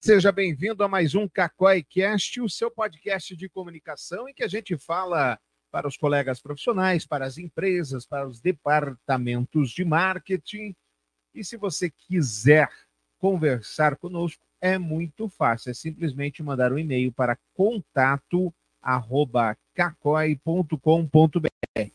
Seja bem-vindo a mais um CacóiCast, o seu podcast de comunicação em que a gente fala para os colegas profissionais, para as empresas, para os departamentos de marketing. E se você quiser conversar conosco, é muito fácil, é simplesmente mandar um e-mail para contato@cacoi.com.br,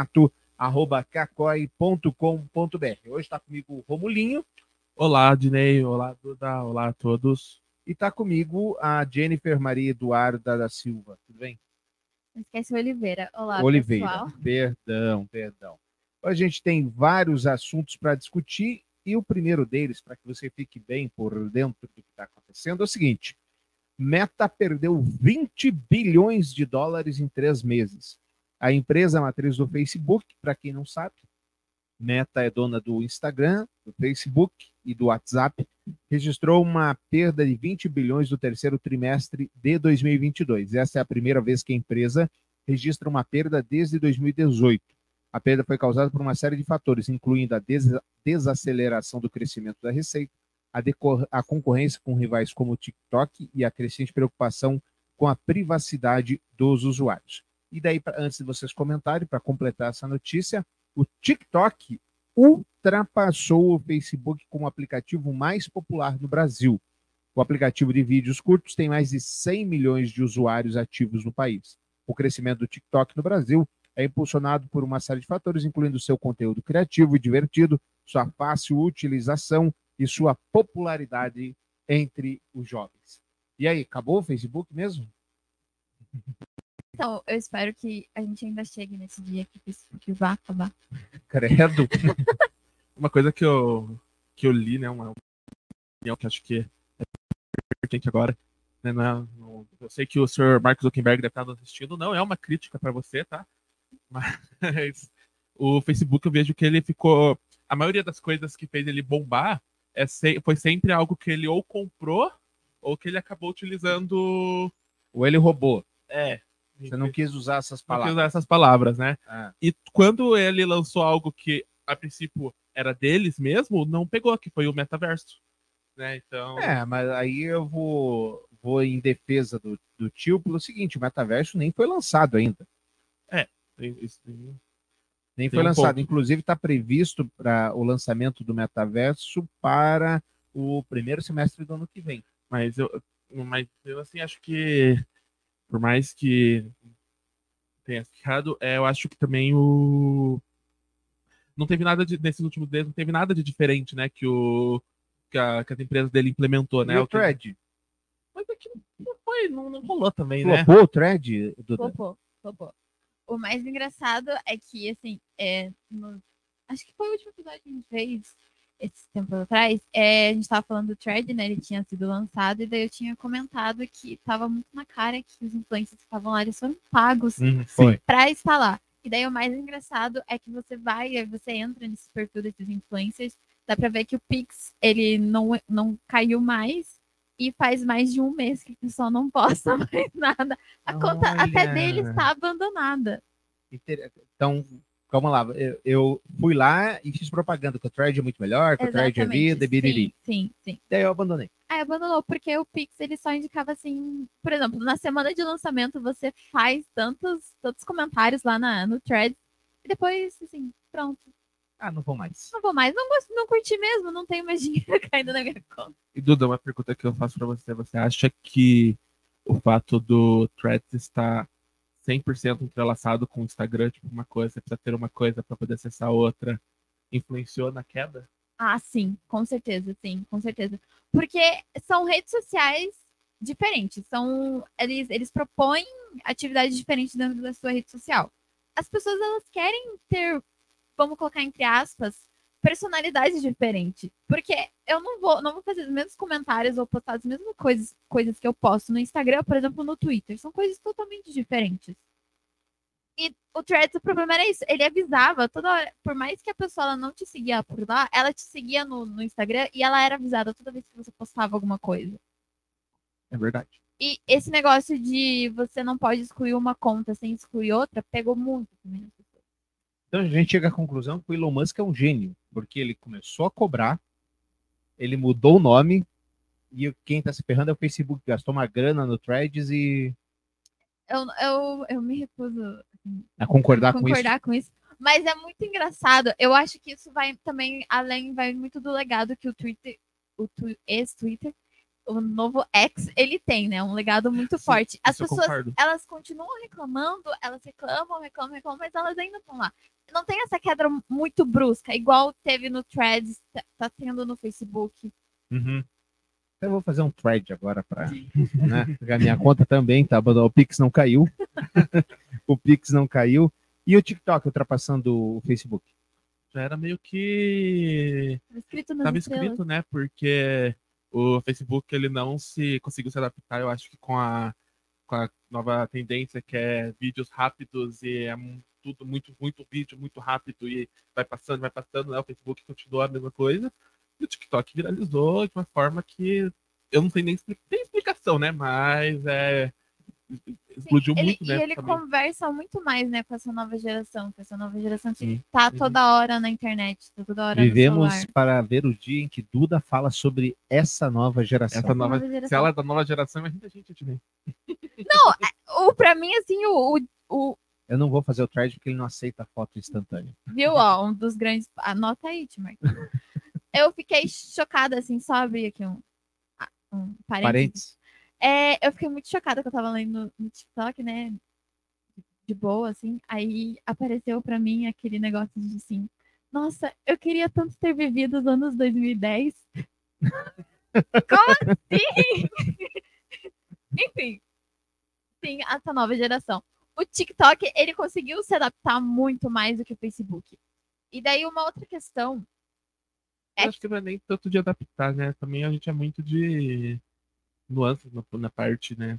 contato@cacoi.com.br. Hoje está comigo o Romulinho. Olá, Dinei. Olá, Duda. Olá a todos. E está comigo a Jennifer Maria Eduarda da Silva. Tudo bem? Não esquece o Oliveira. Olá, Oliveira. pessoal. Perdão. A gente tem vários assuntos para discutir e o primeiro deles, para que você fique bem por dentro do que está acontecendo, é o seguinte: Meta perdeu 20 bilhões de dólares em 3 meses. A empresa matriz do Facebook, para quem não sabe, Meta é dona do Instagram, do Facebook e do WhatsApp, registrou uma perda de 20 bilhões no terceiro trimestre de 2022. Essa é a primeira vez que a empresa registra uma perda desde 2018. A perda foi causada por uma série de fatores, incluindo a desaceleração do crescimento da receita, a concorrência com rivais como o TikTok e a crescente preocupação com a privacidade dos usuários. E daí, antes de vocês comentarem, para completar essa notícia, o TikTok ultrapassou o Facebook como o aplicativo mais popular no Brasil. O aplicativo de vídeos curtos tem mais de 100 milhões de usuários ativos no país. O crescimento do TikTok no Brasil é impulsionado por uma série de fatores, incluindo seu conteúdo criativo e divertido, sua fácil utilização e sua popularidade entre os jovens. E aí, acabou o Facebook mesmo? Então, eu espero que a gente ainda chegue nesse dia que vai acabar. Credo. Uma coisa que eu li, né? Uma opinião que acho que é importante agora. Né, eu sei que o Sr. Mark Zuckerberg deve estar nos assistindo. Não é uma crítica para você, tá? Mas o Facebook, eu vejo que ele ficou... A maioria das coisas que fez ele bombar foi sempre algo que ele ou comprou ou que ele acabou utilizando... Ou ele roubou. Você não quis usar essas palavras. Não quis usar essas palavras, né? E quando ele lançou algo que, a princípio, era deles mesmo, não pegou, que foi o metaverso. Né? Então... mas aí eu vou em defesa do tio pelo seguinte: o metaverso nem foi lançado ainda. Nem foi lançado. Inclusive, está previsto para o lançamento do metaverso para o primeiro semestre do ano que vem. Mas eu assim, acho que, por mais que tenha ficado, eu acho que também não teve nada nesses últimos dias, não teve nada de diferente, né, que as empresas dele implementou, né? E o Thread? Mas aqui não rolou também, né? Flopou o Thread, Duda? Flopou. O mais engraçado é que, assim, acho que foi o último episódio que a gente fez esse tempo atrás, a gente tava falando do Thread, né? Ele tinha sido lançado, e daí eu tinha comentado que tava muito na cara que os influencers que estavam lá, eles foram pagos para instalar. E daí o mais engraçado é que você entra nesse perfil desses influencers, dá pra ver que o Pix, ele não caiu mais, e faz mais de um mês que o pessoal não posta mais nada. A conta até dele está abandonada. Então, calma lá. Eu fui lá e fiz propaganda que o Thread é muito melhor, que o Thread é vida, biriri. Sim. Daí eu abandonei. Abandonou, porque o Pix, ele só indicava assim, por exemplo, na semana de lançamento você faz tantos comentários lá no Thread, e depois, assim, pronto. Não vou mais. Não curti mesmo, não tenho mais dinheiro caindo na minha conta. E Duda, uma pergunta que eu faço pra você acha que o fato do Threads estar 100% entrelaçado com o Instagram, tipo uma coisa, você precisa ter uma coisa para poder acessar outra, influenciou na queda? Sim, com certeza. Porque são redes sociais diferentes, eles propõem atividades diferentes dentro da sua rede social. As pessoas, elas querem ter, vamos colocar entre aspas, personalidade diferente. Porque eu não vou fazer os mesmos comentários ou postar as mesmas coisas que eu posto no Instagram, por exemplo, no Twitter. São coisas totalmente diferentes. E o Threads, o problema era isso. Ele avisava toda hora, por mais que a pessoa ela não te seguia por lá, ela te seguia no Instagram e ela era avisada toda vez que você postava alguma coisa. É verdade. E esse negócio de você não pode excluir uma conta sem excluir outra, pegou muito também. Então a gente chega à conclusão que o Elon Musk é um gênio, porque ele começou a cobrar, ele mudou o nome, E quem tá se ferrando é o Facebook, gastou uma grana no Threads e Eu me recuso a concordar com isso. concordar com isso. Mas é muito engraçado. Eu acho que isso vai também além, vai muito do legado que o Twitter, ex-Twitter, o novo X, ele tem, né? Um legado muito Sim, forte. As isso eu pessoas, concordo. elas continuam reclamando, elas reclamam, mas elas ainda estão lá. Não tem essa queda muito brusca, igual teve no Threads, tá tendo no Facebook. Uhum. Então eu vou fazer um thread agora para, né? Porque a minha conta também, tá? O Pix não caiu. O Pix não caiu. E o TikTok ultrapassando o Facebook? Já era meio que Escrito nas tava estrelas. escrito, né? Porque o Facebook ele não se conseguiu se adaptar, eu acho que com a nova tendência que é vídeos rápidos e é tudo muito vídeo, muito rápido e vai passando, né? O Facebook continua a mesma coisa. E o TikTok viralizou de uma forma que eu não tenho nem tem explicação, né? Mas explodiu Ele, muito, e né? ele Também. conversa muito mais, né, com essa nova geração. Com essa nova geração que Sim. tá Uhum. toda hora na internet, tá toda hora no Vivemos celular. para ver o dia em que Duda fala sobre essa nova geração. Essa nova, geração. se ela é da nova geração, imagina a gente vem. Pra mim, assim, Eu não vou fazer o thread porque ele não aceita foto instantânea. viu, ó, um dos grandes. Anota aí, Timar. Eu fiquei chocada, assim, só abrir aqui um parênteses. Parentes. Eu fiquei muito chocada que eu tava lendo no TikTok, né? De boa, assim. Aí apareceu pra mim aquele negócio de assim. Nossa, eu queria tanto ter vivido os anos 2010. Como assim? Enfim. Sim, essa nova geração. O TikTok, ele conseguiu se adaptar muito mais do que o Facebook. E daí uma outra questão. Eu acho que não é nem tanto de adaptar, né? Também a gente é muito de nuances na parte, né?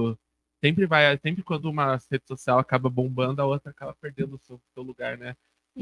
Sempre quando uma rede social acaba bombando, a outra acaba perdendo o seu lugar, né?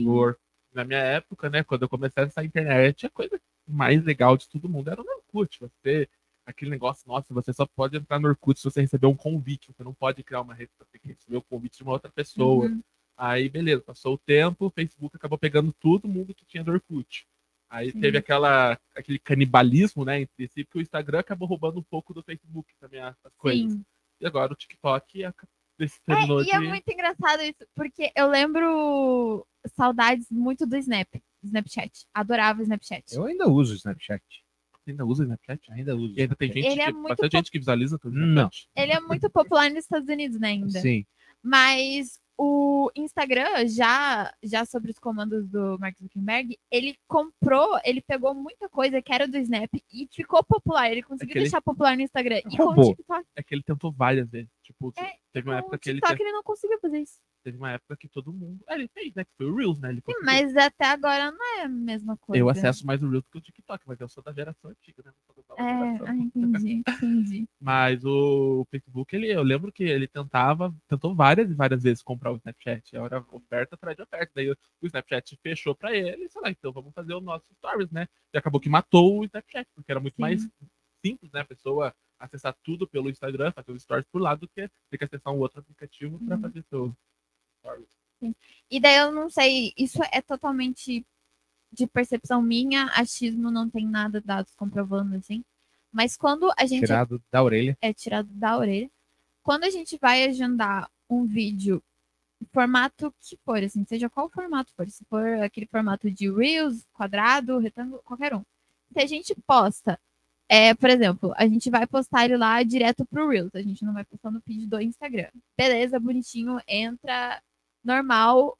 Na minha época, né? Quando eu comecei a acessar a internet, a coisa mais legal de todo mundo era o Orkut. Aquele negócio, nossa, você só pode entrar no Orkut se você receber um convite. Você não pode criar uma rede, você tem que receber o convite de uma outra pessoa. Uhum. Aí, beleza, passou o tempo, o Facebook acabou pegando todo mundo que tinha do Orkut. Aí Sim. teve aquele canibalismo, né, entre si, que o Instagram acabou roubando um pouco do Facebook também, as coisas. Sim. E agora o TikTok terminou E é muito engraçado isso, porque eu lembro saudades muito do Snapchat. Adorava o Snapchat. Eu ainda uso o Snapchat. Você ainda usa o Snapchat? Ainda uso. E ainda tem gente Ele é muito bastante gente que visualiza o Não. Snapchat. Ele é muito popular nos Estados Unidos, né, ainda. Sim. Mas o Instagram, já sobre os comandos do Mark Zuckerberg, ele pegou muita coisa que era do Snap e ficou popular. Ele conseguiu deixar popular no Instagram. E com o Roubou. TikTok, É que ele tentou várias vezes. Tipo, teve uma com época o que ele TikTok ele não conseguiu fazer isso. teve uma época que todo mundo. Ele fez, né? Que foi o Reels, né? Ele Sim, conseguiu. mas até agora não é a mesma coisa. Eu acesso mais o Reels do que o TikTok, mas eu sou da geração antiga, né? Não sou da nova geração. Entendi. Mas o Facebook, eu lembro que ele tentou várias e várias vezes comprar o Snapchat. Era oferta atrás de oferta. Daí o Snapchat fechou pra ele e falou, então vamos fazer o nosso Stories, né? E acabou que matou o Snapchat, porque era muito Sim. mais simples, né? A pessoa acessar tudo pelo Instagram, fazer o Stories por lá, do que ter que acessar um outro aplicativo pra fazer seu Stories. Sim. E daí eu não sei, isso é totalmente de percepção minha, achismo, não tem nada dados comprovando assim. Mas quando a gente Tirado da orelha. é tirado da orelha, quando a gente vai agendar um vídeo, formato que for, assim, seja qual formato for, se for aquele formato de Reels, quadrado, retângulo, qualquer um. Se a gente posta, por exemplo, a gente vai postar ele lá direto pro Reels, a gente não vai postar no feed do Instagram. Beleza, bonitinho, entra normal.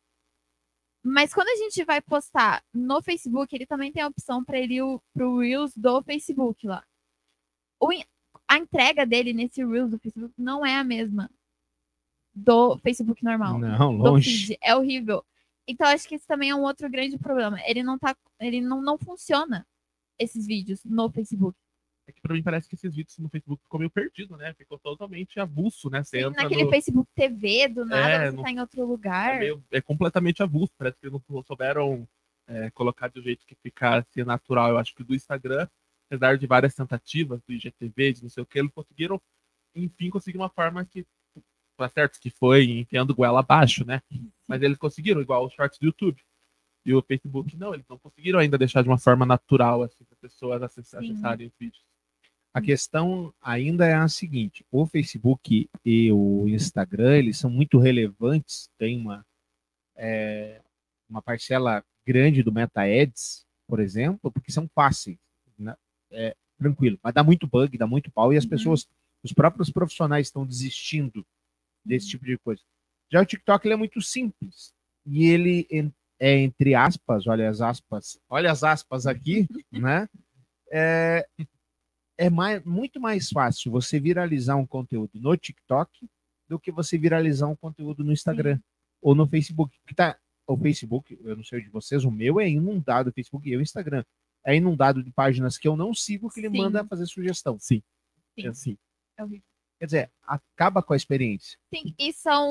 Mas quando a gente vai postar no Facebook, ele também tem a opção para ele ir pro Reels do Facebook lá. A entrega dele nesse Reels do Facebook não é a mesma do Facebook normal. Não, do longe. feed. É horrível. Então, acho que isso também é um outro grande problema. Ele não funciona, esses vídeos, no Facebook. É que pra mim parece que esses vídeos no Facebook ficou meio perdido, né? Ficou totalmente avulso, né? Você Sim, entra naquele Facebook TV, do nada você tá em outro lugar. É completamente avulso. Parece que eles não souberam colocar de um jeito que ficasse natural. Eu acho que do Instagram, apesar de várias tentativas, do IGTV, de não sei o que, eles conseguiram, enfim, conseguir uma forma que, tá certo, que foi enfiando goela abaixo, né? Mas eles conseguiram, igual os shorts do YouTube. E o Facebook, não, eles não conseguiram ainda deixar de uma forma natural, assim, para pessoas acessarem os vídeos. A questão ainda é a seguinte: o Facebook e o Instagram, eles são muito relevantes, tem uma parcela grande do Meta Ads, por exemplo, porque são fáceis, né? Tranquilo, mas dá muito bug, dá muito pau, e as pessoas, os próprios profissionais estão desistindo desse tipo de coisa. Já o TikTok, ele é muito simples, e ele é, entre aspas, olha as aspas aqui, né? Muito mais fácil você viralizar um conteúdo no TikTok do que você viralizar um conteúdo no Instagram ou no Facebook. O Facebook, eu não sei de vocês, o meu é inundado, o Facebook e o Instagram. É inundado de páginas que eu não sigo que ele manda fazer sugestão. Sim. Sim. Assim. É horrível. Quer dizer, acaba com a experiência. Sim, e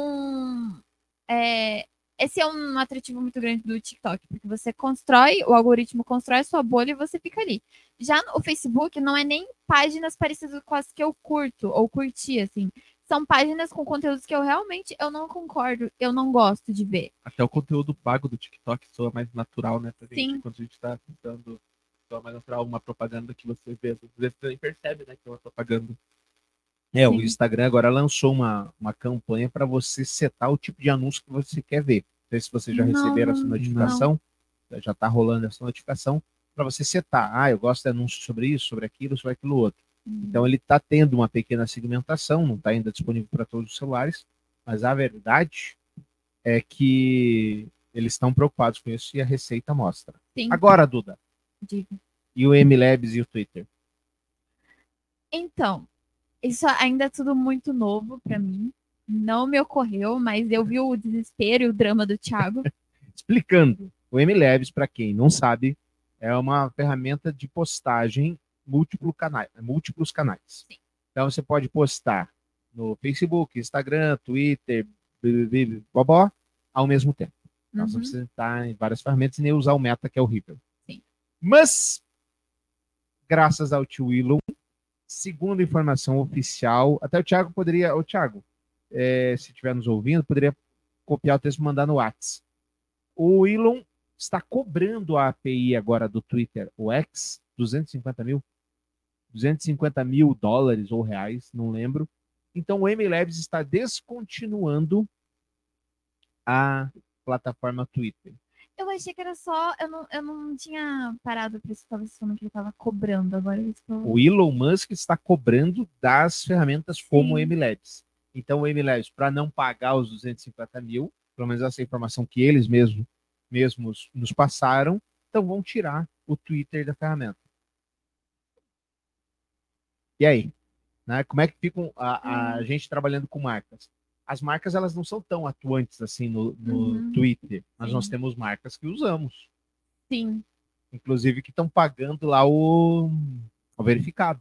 esse é um atrativo muito grande do TikTok, porque você constrói, o algoritmo constrói a sua bolha e você fica ali. Já o Facebook não é nem páginas parecidas com as que eu curto ou curti, assim. São páginas com conteúdos que eu não concordo, eu não gosto de ver. Até o conteúdo pago do TikTok soa mais natural, né? Pra gente, Sim. quando a gente tá tentando soa mais natural uma propaganda que você vê. Às vezes você nem percebe, né, que é uma propaganda. O Instagram agora lançou uma campanha para você setar o tipo de anúncio que você quer ver. Não sei se vocês já receberam essa notificação. Já está rolando essa notificação para você setar. Eu gosto de anúncios sobre isso, sobre aquilo outro. Então ele está tendo uma pequena segmentação, não está ainda disponível para todos os celulares, mas a verdade é que eles estão preocupados com isso e a receita mostra. Sim. Agora, Duda. Diga. E o MLabs e o Twitter? Então, isso ainda é tudo muito novo para mim. Não me ocorreu, mas eu vi o desespero e o drama do Thiago. Explicando, o MLabs, para quem não sabe, é uma ferramenta de postagem múltiplos canais. Sim. Então você pode postar no Facebook, Instagram, Twitter, bobó, ao mesmo tempo. Então você precisa estar em várias ferramentas e nem usar o Meta, que é horrível. Sim. Mas, graças ao tio Elon, segundo informação oficial, até o Thiago poderia, Thiago, se estiver nos ouvindo, poderia copiar o texto e mandar no WhatsApp. O Elon está cobrando a API agora do Twitter, o X, 250 mil dólares ou reais, não lembro. Então o MLabs está descontinuando a plataforma Twitter. Eu achei que era só. Eu não tinha parado para isso, talvez falando que ele estava cobrando agora. O Elon Musk está cobrando das ferramentas como o MLabs. Então o MLabs, para não pagar os 250 mil, pelo menos essa informação que eles mesmos nos passaram, então vão tirar o Twitter da ferramenta. E aí? Né? Como é que fica a gente trabalhando com marcas? As marcas, elas não são tão atuantes assim no Twitter, mas nós temos marcas que usamos. Sim. Inclusive que estão pagando lá o verificado.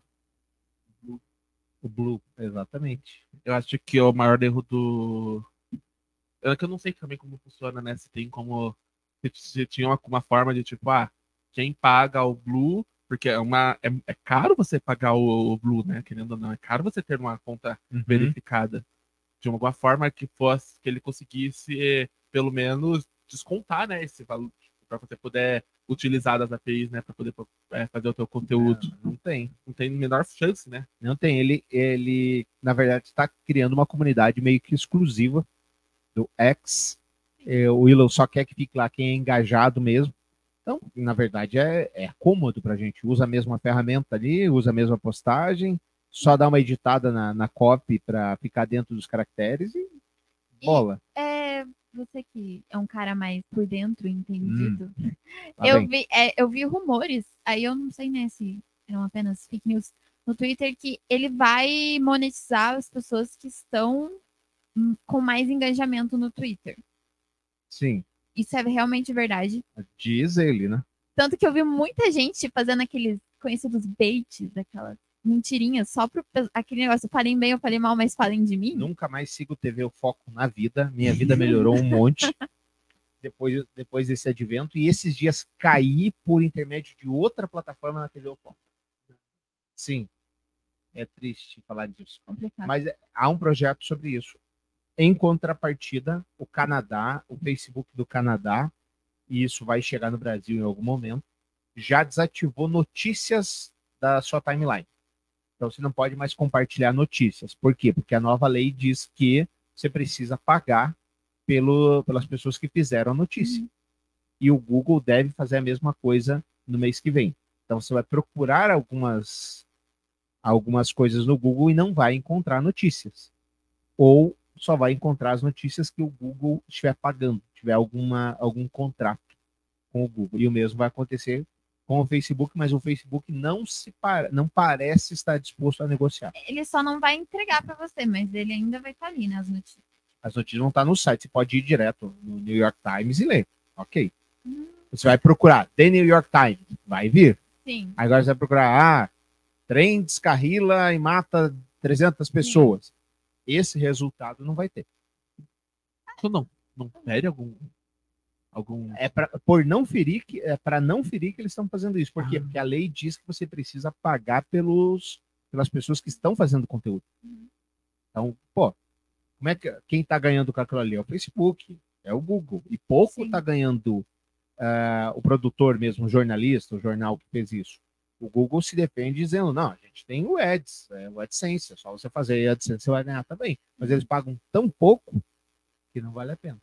O Blue, exatamente. Eu acho que o maior erro do... É que eu não sei também como funciona, né? Se tem como... Se tinha uma forma de, tipo, quem paga o Blue... Porque é caro você pagar o Blue, né? Querendo ou não, é caro você ter uma conta verificada. De alguma forma que ele conseguisse, pelo menos, descontar, né? Esse valor, para você poder utilizar das APIs, né? Para poder fazer o teu conteúdo. Não tem a menor chance, né? Não tem. Ele na verdade, está criando uma comunidade meio que exclusiva do X. O Elon só quer que fique lá quem é engajado mesmo. Então, na verdade, é cômodo para a gente. Usa a mesma ferramenta ali, usa a mesma postagem, só dá uma editada na copy para ficar dentro dos caracteres e bola. Você que é um cara mais por dentro, entendido. Tá eu vi rumores, aí eu não sei, né, se eram apenas fake news, no Twitter, que ele vai monetizar as pessoas que estão com mais engajamento no Twitter. Sim. Isso é realmente verdade. Diz ele, né? Tanto que eu vi muita gente fazendo aqueles conhecidos baits, aquelas mentirinhas, só pro aquele negócio, falem bem ou falem mal, mas falem de mim. Nunca mais sigo TV O Foco na vida. Minha vida melhorou um monte depois desse advento. E esses dias caí por intermédio de outra plataforma na TV O Foco. Sim. É triste falar disso. Complicado. Mas há um projeto sobre isso. Em contrapartida, o Canadá, o Facebook do Canadá, e isso vai chegar no Brasil em algum momento, já desativou notícias da sua timeline. Então você não pode mais compartilhar notícias. Por quê? Porque a nova lei diz que você precisa pagar pelas pessoas que fizeram a notícia. E o Google deve fazer a mesma coisa no mês que vem. Então você vai procurar algumas coisas no Google e não vai encontrar notícias. Ou só vai encontrar as notícias que o Google estiver pagando, tiver algum contrato com o Google. E o mesmo vai acontecer com o Facebook, mas o Facebook não parece estar disposto a negociar. Ele só não vai entregar para você, mas ele ainda vai estar ali nas notícias. As notícias vão estar no site, você pode ir direto no New York Times e ler. Ok. Você vai procurar The New York Times, vai vir. Sim. Agora você vai procurar, trem descarrila e mata 300 pessoas. Esse resultado não vai ter. Isso não fere algum... É para não ferir que eles estão fazendo isso. Por quê? Porque a lei diz que você precisa pagar pelas pessoas que estão fazendo conteúdo. Então, como é que quem está ganhando com aquilo ali é o Facebook, é o Google. E pouco está ganhando o produtor mesmo, o jornalista, o jornal que fez isso. O Google se defende dizendo, não, a gente tem o Ads, o AdSense, é só você fazer AdSense, você vai ganhar também. Mas eles pagam tão pouco que não vale a pena.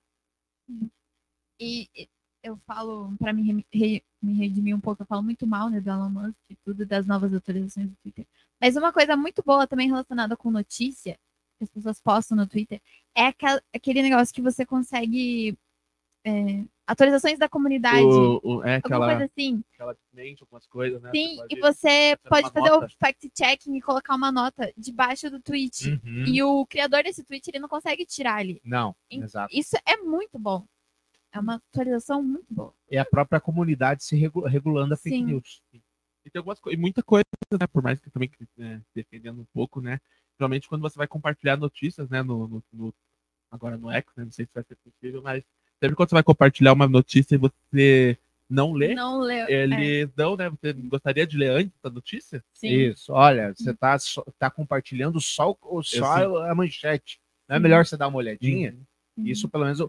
E eu falo, para me redimir um pouco, eu falo muito mal, né, do Elon Musk e tudo, das novas atualizações do Twitter. Mas uma coisa muito boa também relacionada com notícia, que as pessoas postam no Twitter, é aquele negócio que você consegue... atualizações da comunidade. Alguma coisa assim. Aquela mente, algumas coisas, né? Sim, e você pode fazer o fact-checking e colocar uma nota debaixo do tweet. E o criador desse tweet, ele não consegue tirar ali. Não, exato. Isso é muito bom. É uma atualização muito boa. É a própria comunidade se regulando a fake news. E tem muita coisa, né? Por mais que também defendendo um pouco, né? Geralmente quando você vai compartilhar notícias, né? Agora no X, né? Não sei se vai ser possível, mas sempre quando você vai compartilhar uma notícia e você não lê, eles dão, né? Você gostaria de ler antes da notícia? Sim. Isso. Olha, você tá compartilhando só a manchete. Não é melhor você dar uma olhadinha? Isso, pelo menos,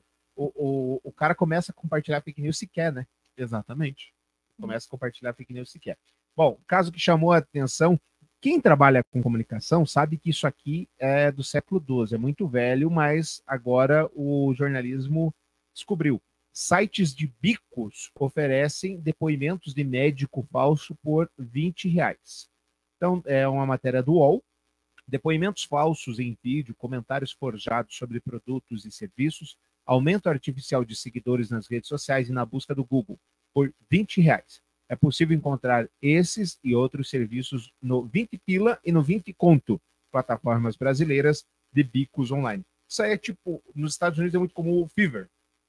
o cara começa a compartilhar fake news se quer, né? Exatamente. Começa a compartilhar fake news se quer. Bom, caso que chamou a atenção, quem trabalha com comunicação sabe que isso aqui é do século XII, é muito velho, mas agora o jornalismo descobriu. Sites de bicos oferecem depoimentos de médico falso por R$20. Então, é uma matéria do UOL. Depoimentos falsos em vídeo, comentários forjados sobre produtos e serviços, aumento artificial de seguidores nas redes sociais e na busca do Google por R$20. É possível encontrar esses e outros serviços no 20 pila e no 20 conto, plataformas brasileiras de bicos online. Isso aí é tipo, nos Estados Unidos é muito comum o Fiverr,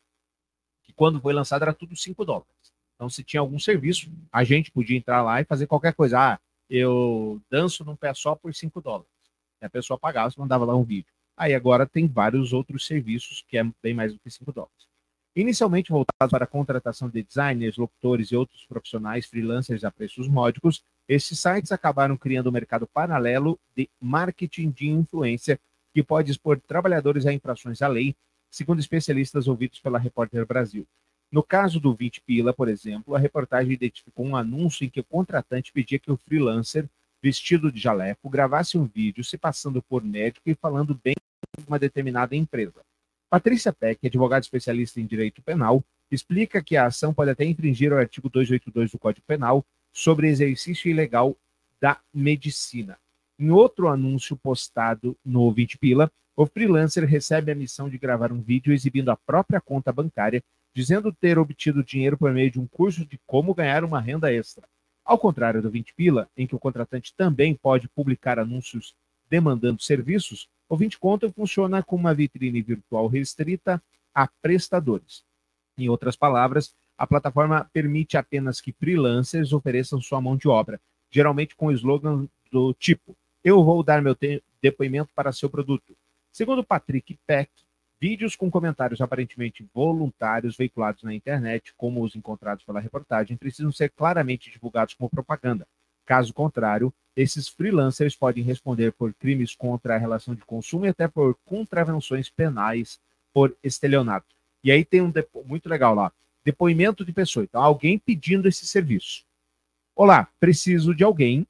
que quando foi lançado era tudo $5. Então, se tinha algum serviço, a gente podia entrar lá e fazer qualquer coisa. Eu danço num pé só por $5. E a pessoa pagava, você mandava lá um vídeo. Aí agora tem vários outros serviços que é bem mais do que $5. Inicialmente voltados para a contratação de designers, locutores e outros profissionais freelancers a preços módicos, esses sites acabaram criando um mercado paralelo de marketing de influência que pode expor trabalhadores a infrações à lei, segundo especialistas ouvidos pela Repórter Brasil. No caso do 20 pila, por exemplo, a reportagem identificou um anúncio em que o contratante pedia que o freelancer, vestido de jaleco, gravasse um vídeo se passando por médico e falando bem de uma determinada empresa. Patrícia Peck, advogada especialista em direito penal, explica que a ação pode até infringir o artigo 282 do Código Penal sobre exercício ilegal da medicina. Em outro anúncio postado no 20 pila, o freelancer recebe a missão de gravar um vídeo exibindo a própria conta bancária, dizendo ter obtido dinheiro por meio de um curso de como ganhar uma renda extra. Ao contrário do 20 pila, em que o contratante também pode publicar anúncios demandando serviços, o 20 conto funciona como uma vitrine virtual restrita a prestadores. Em outras palavras, a plataforma permite apenas que freelancers ofereçam sua mão de obra, geralmente com o slogan do tipo: eu vou dar meu depoimento para seu produto. Segundo Patrick Peck, vídeos com comentários aparentemente voluntários veiculados na internet, como os encontrados pela reportagem, precisam ser claramente divulgados como propaganda. Caso contrário, esses freelancers podem responder por crimes contra a relação de consumo e até por contravenções penais por estelionato. E aí tem muito legal lá, depoimento de pessoa. Então, alguém pedindo esse serviço. Olá, preciso de alguém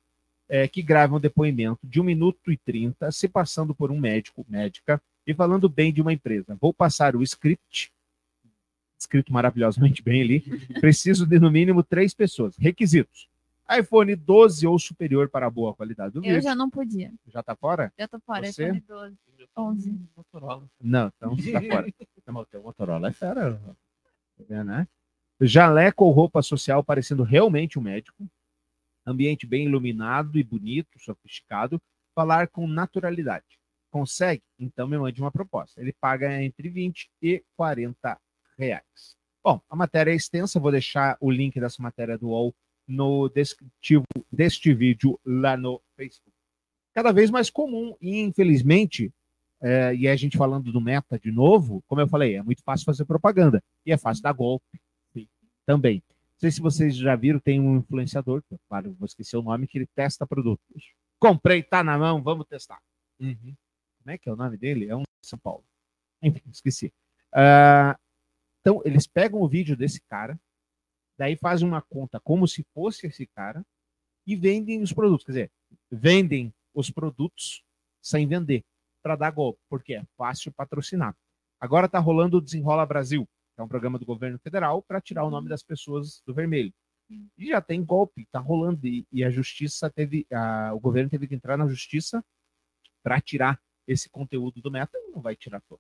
que gravam um depoimento de 1 minuto e 30, se passando por um médico, médica, e falando bem de uma empresa. Vou passar o script, escrito maravilhosamente bem ali. Preciso de no mínimo 3 pessoas. Requisitos: iPhone 12 ou superior para boa qualidade do vídeo. Eu já não podia. Já tá fora? Já tô fora. Você? iPhone 12, 11. Motorola. Não, então você tá fora. Não, o teu Motorola é fera. Tá vendo, né? Jaleco ou roupa social parecendo realmente um médico. Ambiente bem iluminado e bonito, sofisticado. Falar com naturalidade. Consegue? Então me mande uma proposta. Ele paga entre 20 e 40 reais. Bom, a matéria é extensa, vou deixar o link dessa matéria do UOL no descritivo deste vídeo lá no Facebook. Cada vez mais comum e, infelizmente, e a gente falando do Meta de novo, como eu falei, é muito fácil fazer propaganda e é fácil dar golpe. Sim, também. Não sei se vocês já viram, tem um influenciador, claro, vou esquecer o nome, que ele testa produtos. Comprei, tá na mão, vamos testar. Uhum. Como é que é o nome dele? É um de São Paulo. Enfim, esqueci. Então, eles pegam o vídeo desse cara, daí fazem uma conta como se fosse esse cara e vendem os produtos. Quer dizer, vendem os produtos sem vender, para dar golpe, porque é fácil patrocinar. Agora está rolando o Desenrola Brasil, que é um programa do governo federal para tirar o nome das pessoas do vermelho. E já tem golpe, está rolando, e a justiça o governo teve que entrar na justiça para tirar esse conteúdo do Meta e não vai tirar todo.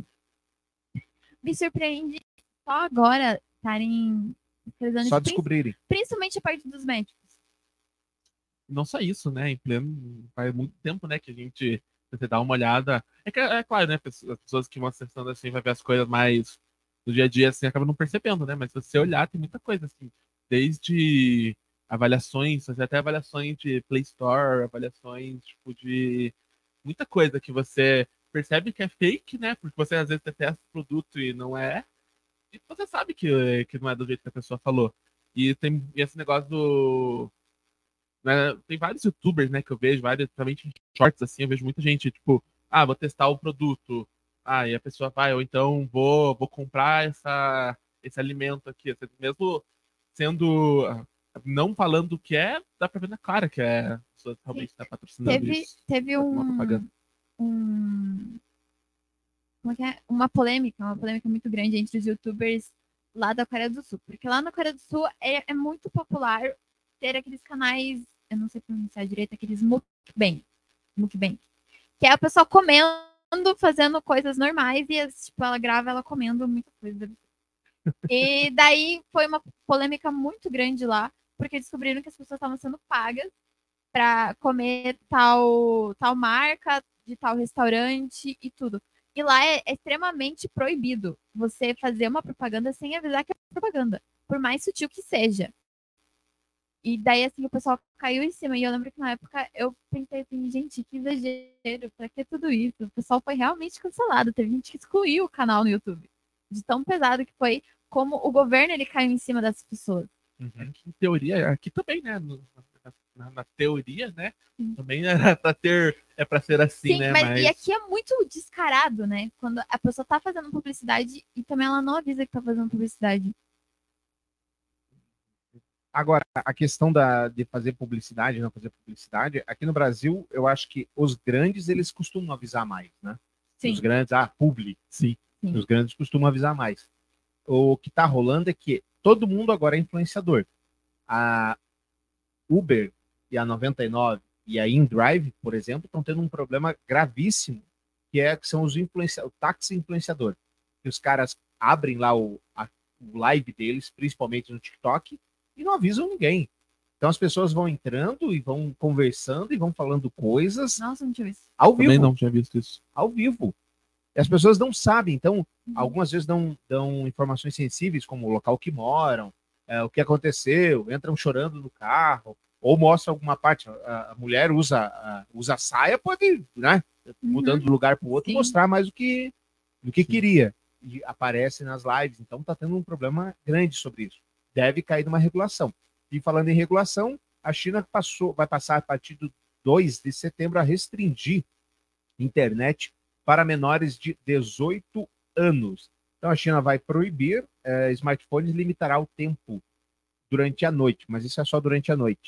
Me surpreende só agora estarem Só descobrirem. Principalmente a parte dos médicos. Não só isso, né? Em pleno. Faz muito tempo, né? Que a gente. Você dá uma olhada. É claro, né? As pessoas que vão acessando assim, vai ver as coisas mais do dia a dia, assim, acabam não percebendo, né? Mas se você olhar, tem muita coisa, assim. Desde avaliações, até avaliações de Play Store, avaliações, tipo, de muita coisa que você percebe que é fake, né? Porque você às vezes testa o produto e não é. E você sabe que não é do jeito que a pessoa falou. E tem esse negócio do. Né, tem vários youtubers, né, que eu vejo, vários, principalmente em shorts, assim, eu vejo muita gente, tipo, vou testar o produto. E a pessoa vai, ou então vou comprar esse alimento aqui. Mesmo sendo. Não falando o que é, dá pra ver na cara que a pessoa realmente está patrocinando isso. Teve como é que é? Uma polêmica muito grande entre os youtubers lá da Coreia do Sul. Porque lá na Coreia do Sul é muito popular ter aqueles canais, eu não sei pronunciar direito, aqueles mukbang. Que é a pessoa comendo, fazendo coisas normais e tipo, ela grava ela comendo muita coisa. E daí foi uma polêmica muito grande lá, porque descobriram que as pessoas estavam sendo pagas para comer tal marca, de tal restaurante e tudo. E lá é extremamente proibido você fazer uma propaganda sem avisar que é propaganda, por mais sutil que seja. E daí, assim, o pessoal caiu em cima. E eu lembro que na época eu pensei assim, gente, que exagero, pra que tudo isso? O pessoal foi realmente cancelado. Teve gente que excluiu o canal no YouTube. De tão pesado que foi, como o governo ele caiu em cima das pessoas. Uhum. Em teoria, aqui também, né? Na teoria, né? Também era pra ter, é pra ser assim, sim, né? Mas e aqui é muito descarado, né? Quando a pessoa tá fazendo publicidade e também ela não avisa que tá fazendo publicidade. Agora, a questão de fazer publicidade, não fazer publicidade, aqui no Brasil, eu acho que os grandes, eles costumam avisar mais, né? Sim. Os grandes, publi, sim. Os grandes costumam avisar mais. O que tá rolando é que todo mundo agora é influenciador. A Uber e a 99 e a InDrive, por exemplo, estão tendo um problema gravíssimo, que são os o táxi influenciador. Que os caras abrem lá o live deles, principalmente no TikTok, e não avisam ninguém. Então as pessoas vão entrando e vão conversando e vão falando coisas. Nossa, não tinha visto. Ao vivo. Também não tinha visto isso. Ao vivo. E as pessoas não sabem, então algumas vezes dão informações sensíveis, como o local que moram, o que aconteceu, entram chorando no carro, ou mostram alguma parte. A mulher usa saia, pode, né, mudando de lugar para o outro, mostrar mais do que queria. E aparece nas lives. Então está tendo um problema grande sobre isso. Deve cair numa regulação. E falando em regulação, a China vai passar a partir do 2 de setembro a restringir internet para menores de 18 anos. Então a China vai proibir smartphones, limitará o tempo durante a noite, mas isso é só durante a noite.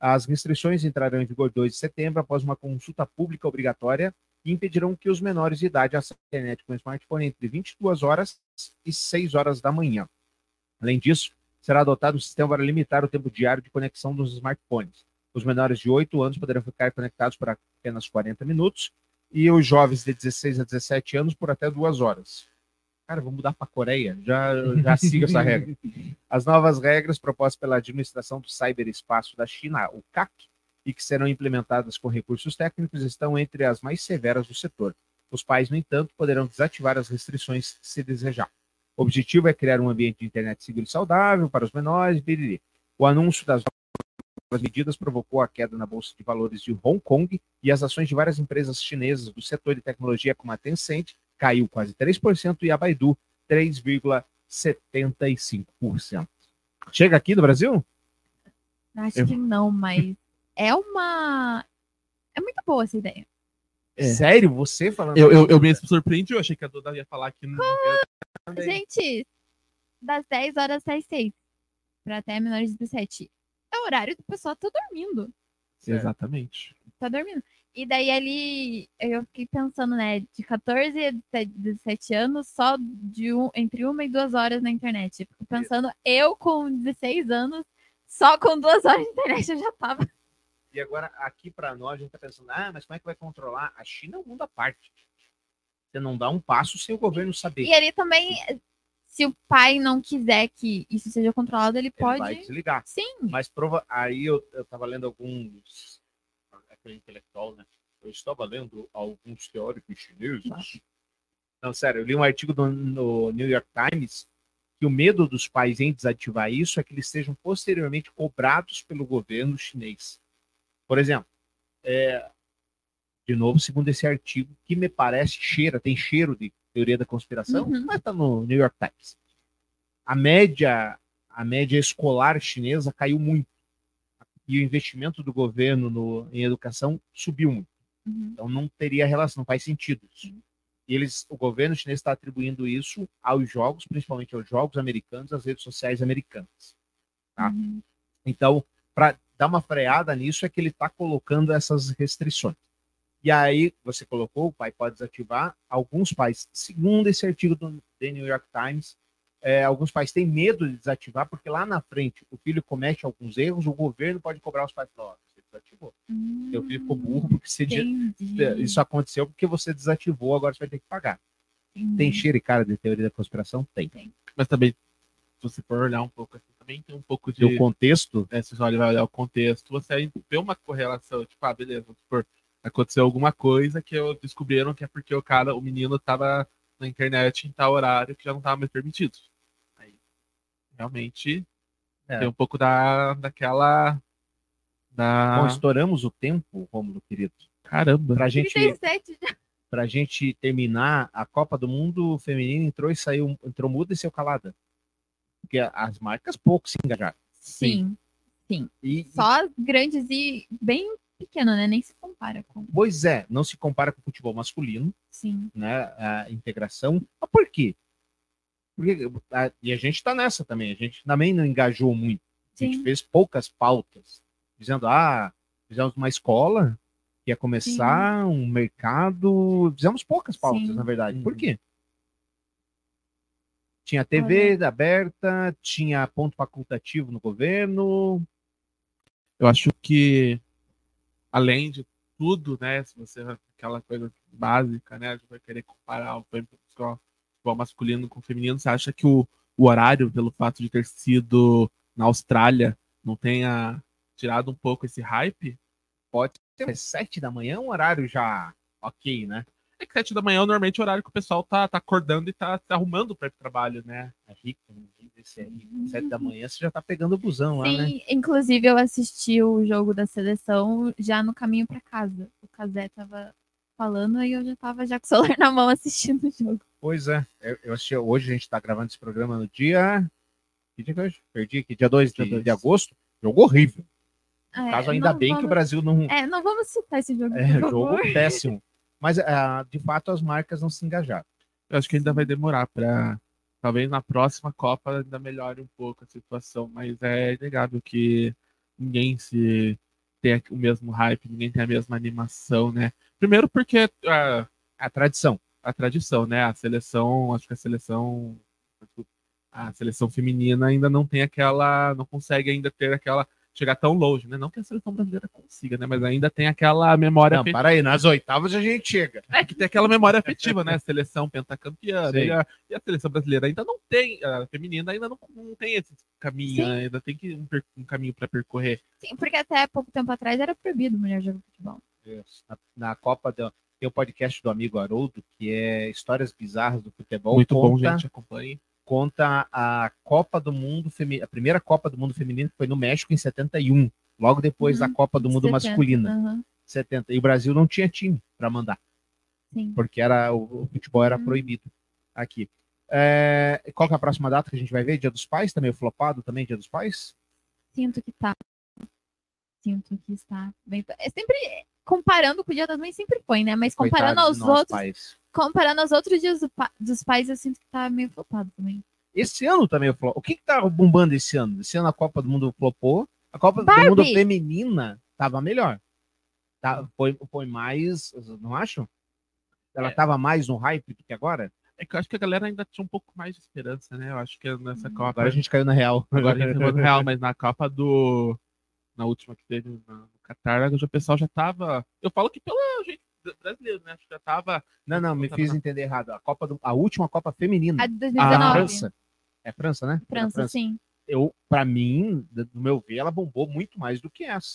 As restrições entrarão em vigor 2 de setembro, após uma consulta pública obrigatória, e impedirão que os menores de idade acessem a internet com smartphone entre 22 horas e 6 horas da manhã. Além disso, será adotado um sistema para limitar o tempo diário de conexão dos smartphones. Os menores de 8 anos poderão ficar conectados por apenas 40 minutos e os jovens de 16 a 17 anos por até 2 horas. Cara, vou mudar para a Coreia, já siga essa regra. As novas regras propostas pela administração do ciberespaço da China, o CAC, e que serão implementadas com recursos técnicos, estão entre as mais severas do setor. Os pais, no entanto, poderão desativar as restrições se desejar. O objetivo é criar um ambiente de internet seguro e saudável para os menores. Biriri. O anúncio das novas medidas provocou a queda na Bolsa de Valores de Hong Kong e as ações de várias empresas chinesas do setor de tecnologia, como a Tencent, caiu quase 3% e a Baidu 3,75%. Chega aqui do Brasil? Acho que não, mas é muito boa essa ideia. Sério? Você falando? Eu me surpreendi, eu achei que a Duda ia falar que não. Gente, das 10 horas às 6, para até menores de 17. É o horário que o pessoal tá dormindo. Exatamente. Tá dormindo. E daí ali, eu fiquei pensando, né, de 14 a 17 anos, só entre 1 e 2 horas na internet. Fico pensando, eu com 16 anos, só com 2 horas de internet eu já tava. E agora, aqui para nós, a gente tá pensando, mas como é que vai controlar? A China é um mundo à parte. Você não dá um passo sem o governo saber. E ali também, se o pai não quiser que isso seja controlado, ele pode... vai desligar. Sim. Mas aí eu estava lendo alguns... Aquele intelectual, né? Eu estava lendo alguns teóricos chineses. Não, sério, eu li um artigo no New York Times que o medo dos pais em desativar isso é que eles sejam posteriormente cobrados pelo governo chinês. Por exemplo, de novo, segundo esse artigo, que me parece tem cheiro de teoria da conspiração, mas está no New York Times. A média escolar chinesa caiu muito. E o investimento do governo em educação subiu muito. Então não teria relação, não faz sentido isso. E o governo chinês está atribuindo isso aos jogos, principalmente aos jogos americanos, às redes sociais americanas. Tá? Então, para dar uma freada nisso, é que ele está colocando essas restrições. E aí, você colocou, o pai pode desativar. Alguns pais, segundo esse artigo do The New York Times, alguns pais têm medo de desativar, porque lá na frente o filho comete alguns erros, o governo pode cobrar os pais. Você desativou. Seu filho ficou burro, porque isso aconteceu porque você desativou, agora você vai ter que pagar. Tem cheiro e cara de teoria da conspiração? Tem. Mas também, se você for olhar um pouco assim, também tem um pouco de... O contexto? Se você vai olhar o contexto, você vê uma correlação, tipo, beleza, aconteceu alguma coisa que descobriram que é porque o menino tava na internet em tal horário que já não tava mais permitido. Aí, realmente, tem um pouco daquela... Bom, estouramos o tempo, Rômulo, querido. Caramba. Pra gente terminar, a Copa do Mundo feminina entrou muda e saiu calada. Porque as marcas pouco se engajaram. Sim. Só grandes e bem pequeno, né? Nem se compara com... Pois é, não se compara com o futebol masculino. Sim. Né? A integração. Mas por quê? E a gente tá nessa também. A gente também não engajou muito. A gente fez poucas pautas. Dizendo, fizemos uma escola que ia começar, um mercado. Fizemos poucas pautas, na verdade. Por quê? Tinha TV aberta, tinha ponto facultativo no governo. Eu acho que, além de tudo, né, se você aquela coisa básica, né, vai querer comparar o futebol masculino com o feminino, você acha que o horário, pelo fato de ter sido na Austrália, não tenha tirado um pouco esse hype? Pode ser 7 da manhã, um horário já ok, né? É que 7 da manhã normalmente é o horário que o pessoal tá acordando e tá se arrumando para ir pro trabalho, né? É rico, 7 da manhã você já tá pegando o busão lá, né? Sim, inclusive eu assisti o jogo da seleção já no caminho para casa. O Cazé tava falando e eu já tava com o celular na mão assistindo o jogo. Pois é, eu assisti, hoje a gente tá gravando esse programa no dia... Que dia que hoje? Perdi aqui, dia 2 de agosto. Jogo horrível. No caso, ainda bem que o Brasil não... não vamos citar esse jogo, jogo péssimo. Mas, de fato, as marcas não se engajaram. Eu acho que ainda vai demorar para... Talvez na próxima Copa ainda melhore um pouco a situação, mas é inegável que ninguém se tem o mesmo hype, ninguém tem a mesma animação, né? Primeiro porque A tradição. a tradição, né? A seleção, acho que a seleção feminina ainda não tem aquela, não consegue ainda ter aquela, chegar tão longe, né? Não que a seleção brasileira consiga, né? Mas ainda tem aquela memória Não, para aí, nas oitavas a gente chega. É que tem aquela memória afetiva, né? A seleção pentacampeã, Sim. né? E a seleção brasileira ainda não tem, a feminina ainda não tem esse caminho, Sim. ainda tem que um caminho para percorrer. Sim, porque até pouco tempo atrás era proibido mulher jogar futebol. Isso. Na Copa tem o podcast do amigo Haroldo, que é Histórias Bizarras do Futebol. Muito bom, gente, acompanhe. Conta a Copa do Mundo a primeira Copa do Mundo feminino, que foi no México em 71, logo depois da Copa do Mundo 70, masculina, aham. 70. E o Brasil não tinha time para mandar, Sim. porque o futebol era proibido aqui. Qual que é a próxima data que a gente vai ver? Dia dos Pais, tá meio flopado também, Dia dos Pais? Sinto que tá. Sinto que está bem. É sempre comparando com o Dia das Mães, sempre foi, né? Mas comparando Coitados aos de nós, outros, pais. comparando aos outros dias dos pais, eu sinto que tá meio flopado também. Esse ano também flopou. O que tá bombando esse ano? Esse ano a Copa do Mundo flopou. A Copa do Barbie! Mundo feminina tava melhor. Foi mais, não acham? Ela tava mais no hype do que agora? É que eu acho que a galera ainda tinha um pouco mais de esperança, né? Eu acho que nessa Copa. Agora a gente caiu na real. Agora a gente ficou no real, mas na Copa na última que teve no Catar, o pessoal já tava. Eu falo que pelo jeito brasileiro, né? Acho que já tava. Não, me fiz entender errado. A última Copa feminina. A de 2019. A França. É França, né? França, sim. Pra mim, do meu ver, ela bombou muito mais do que essa.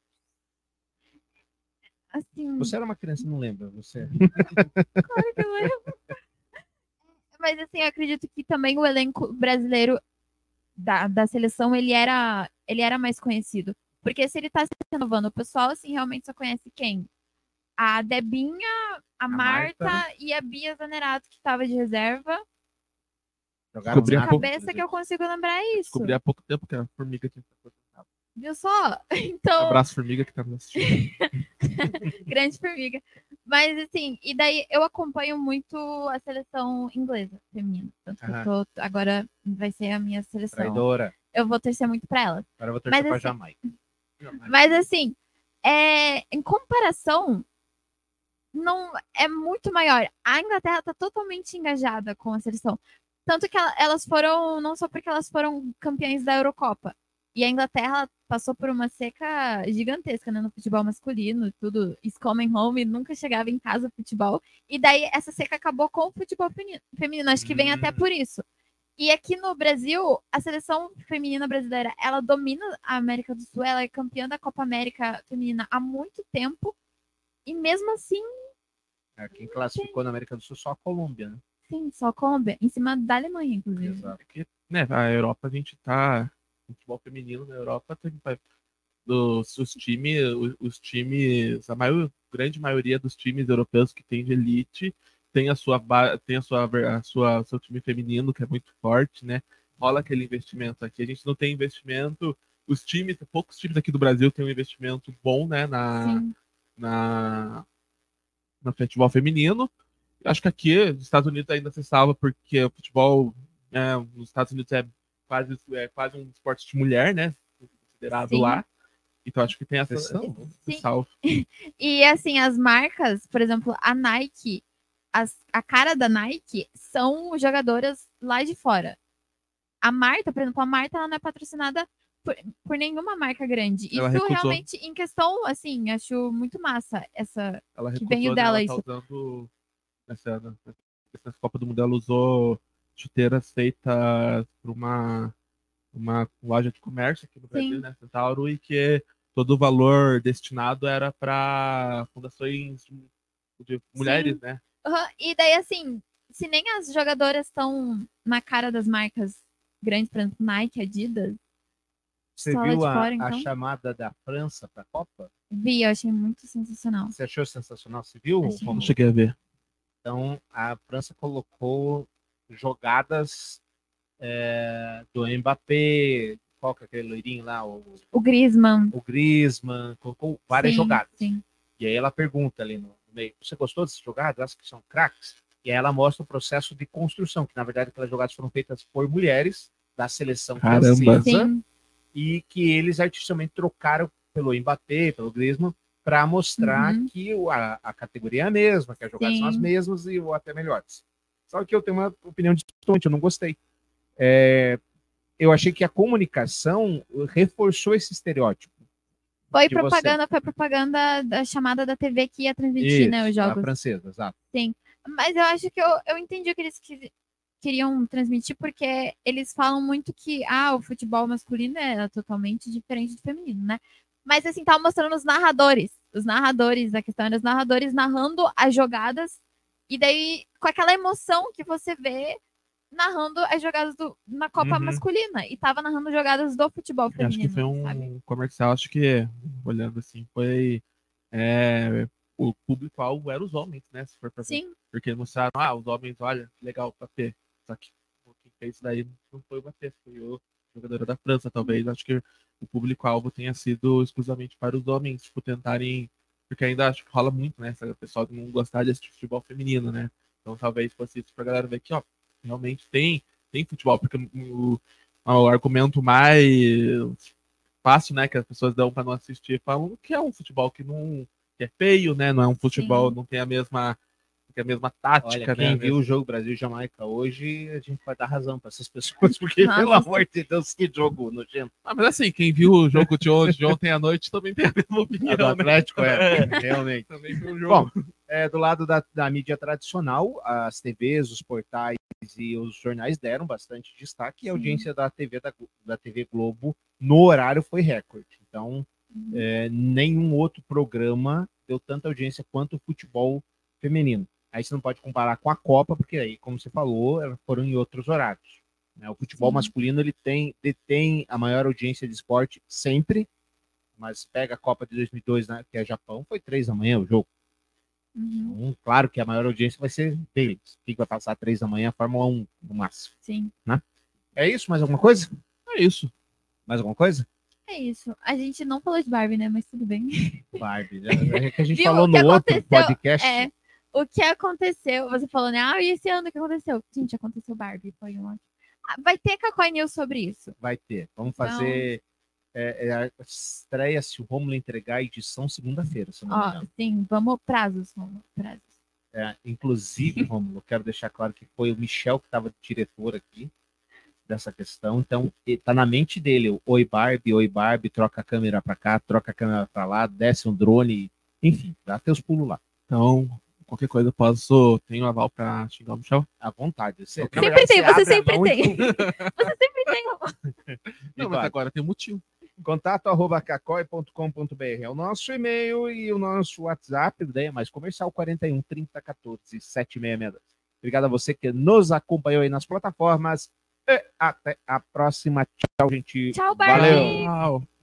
Assim, Você era uma criança, não lembra? Você. claro que eu lembro. Mas assim, eu acredito que também o elenco brasileiro da seleção, ele era mais conhecido. Porque se ele tá se renovando, o pessoal assim, realmente só conhece quem? A Debinha, a Marta e a Bia Zanerato, que tava de reserva. Jogaram Descobri De há pouco- cabeça que eu consigo lembrar isso. Descobri há pouco tempo que a formiga tinha patrocinado. Viu só? Então, Abraço, formiga, que tá nos assistindo. grande formiga. Mas assim, e daí eu acompanho muito a seleção inglesa feminina. Tanto que agora vai ser a minha seleção. Traidora. Eu vou torcer muito pra ela. Agora eu vou torcer Mas, pra assim, Jamaica. Mas assim, em comparação, não é muito maior. A Inglaterra tá totalmente engajada com a seleção. Tanto que elas foram, não só porque elas foram campeãs da Eurocopa. E a Inglaterra passou por uma seca gigantesca, né, no futebol masculino, tudo is coming home, nunca chegava em casa o futebol. E daí essa seca acabou com o futebol feminino. Acho que vem até por isso. E aqui no Brasil, a seleção feminina brasileira, ela domina a América do Sul, ela é campeã da Copa América feminina há muito tempo. E mesmo assim, Quem classificou na América do Sul só a Colômbia, né? sim, só a Colômbia, em cima da Alemanha, inclusive. Exato. Porque, né, a Europa, a gente tá. O futebol feminino na Europa tem os times, grande maioria dos times europeus que tem de elite tem seu time feminino que é muito forte, né? Rola aquele investimento aqui. A gente não tem investimento. Poucos times aqui do Brasil têm um investimento bom, né? No futebol feminino. Acho que aqui nos Estados Unidos ainda se salva porque o futebol nos Estados Unidos é quase um esporte de mulher, né? Considerado Sim. lá. Então acho que tem essa Sim. salva. E assim, as marcas, por exemplo, a Nike, a cara da Nike são jogadoras lá de fora. A Marta, por exemplo, ela não é patrocinada por nenhuma marca grande. Ela Isso recusou. realmente, em questão, assim, acho muito massa Ela que recusou, veio né? dela Ela isso. tá usando nessa Copa do Mundo, ela usou chuteiras feitas por uma loja de comércio aqui no Brasil, Sim. né, Centauro, e que todo o valor destinado era para fundações de mulheres, né? Uhum. E daí, assim, se nem as jogadoras estão na cara das marcas grandes, por exemplo, Nike, Adidas, Você só lá viu de a fora, então? chamada da França para a Copa? Vi, eu achei muito sensacional. Você achou sensacional? Você viu? Achei. Não cheguei a ver. Então, a França colocou jogadas do Mbappé, qual que é aquele loirinho lá? O Griezmann. O Griezmann, colocou várias Sim, jogadas. sim. E aí ela pergunta ali no meio, você gostou dessas jogadas? Acho que são craques? E aí ela mostra o processo de construção, que na verdade aquelas jogadas foram feitas por mulheres da seleção Caramba. francesa Sim. e que eles artificialmente trocaram pelo Mbappé, pelo Griezmann, para mostrar que a categoria é a mesma, que as jogadas são as mesmas e ou até melhores. Só que eu tenho uma opinião distante, eu não gostei. Eu achei que a comunicação reforçou esse estereótipo. Foi propaganda da chamada da TV que ia transmitir, Isso, né, os jogos. A francesa, exato. Sim, mas eu acho que eu entendi o que eles queriam transmitir, porque eles falam muito que o futebol masculino é totalmente diferente do feminino, né? Mas assim, tava mostrando os narradores, a questão era os narradores narrando as jogadas, e daí com aquela emoção que você vê narrando as jogadas na Copa masculina, e tava narrando jogadas do futebol feminino. Acho que foi um comercial, acho que, olhando assim, foi o público-alvo era os homens, né? Se for pra ver. Sim. Porque mostraram, os homens, olha, legal, bater. Só que quem fez isso daí não foi o bater, foi o jogador da França, talvez. Acho que o público-alvo tenha sido exclusivamente para os homens, tipo, tentarem. Porque ainda acho que rola muito, né? O pessoal não gostar desse futebol feminino, né? Então talvez fosse isso pra galera ver que, realmente tem futebol, porque o argumento mais fácil, né, que as pessoas dão para não assistir, falam que é um futebol que é feio, né, não é um futebol, não tem a mesma tática. Olha, quem viu o jogo Brasil e Jamaica hoje, a gente vai dar razão para essas pessoas, porque, pelo amor de Deus, que jogo nojento. Mas assim, quem viu o jogo de ontem à noite também tem a mesma opinião. Do Atlético, realmente. Também foi um jogo. Bom, do lado da mídia tradicional, as TVs, os portais e os jornais deram bastante destaque, e a audiência da TV Globo no horário foi recorde. Então, nenhum outro programa deu tanta audiência quanto o futebol feminino. Aí você não pode comparar com a Copa, porque aí, como você falou, elas foram em outros horários. O futebol masculino ele detém a maior audiência de esporte sempre, mas pega a Copa de 2002, né, que é Japão, foi 3 da manhã o jogo. Então, claro que a maior audiência vai ser deles. Que vai passar 3 da manhã, a Fórmula 1 no máximo. Sim. Né? É isso? Mais alguma coisa? É isso. Mais alguma coisa? É isso. A gente não falou de Barbie, né? Mas tudo bem. Barbie. É que a gente falou no outro podcast. O que aconteceu? Você falou, né? E esse ano o que aconteceu? Gente, aconteceu Barbie. Foi um... vai ter Cacói News sobre isso. Vai ter. Vamos fazer... a estreia, se o Rômulo entregar a edição segunda-feira, se não me engano. Sim, vamos prazos, Rômulo. Prazos. Inclusive, Rômulo, quero deixar claro que foi o Michel que estava diretor aqui dessa questão. Então, tá na mente dele. Oi, Barbie, troca a câmera para cá, troca a câmera para lá, desce um drone, enfim, dá teus pulos lá. Então... qualquer coisa tenho aval pra xingar o Michel? À vontade. Você sempre tem. Você sempre tem. Não, mas agora tem motivo. Contato@cacoi.com.br é o nosso e-mail e o nosso WhatsApp, ideia mais comercial, 41 30 14 7662. Obrigado a você que nos acompanhou aí nas plataformas. E até a próxima. Tchau, gente. Tchau, Barbie. Valeu. Tchau.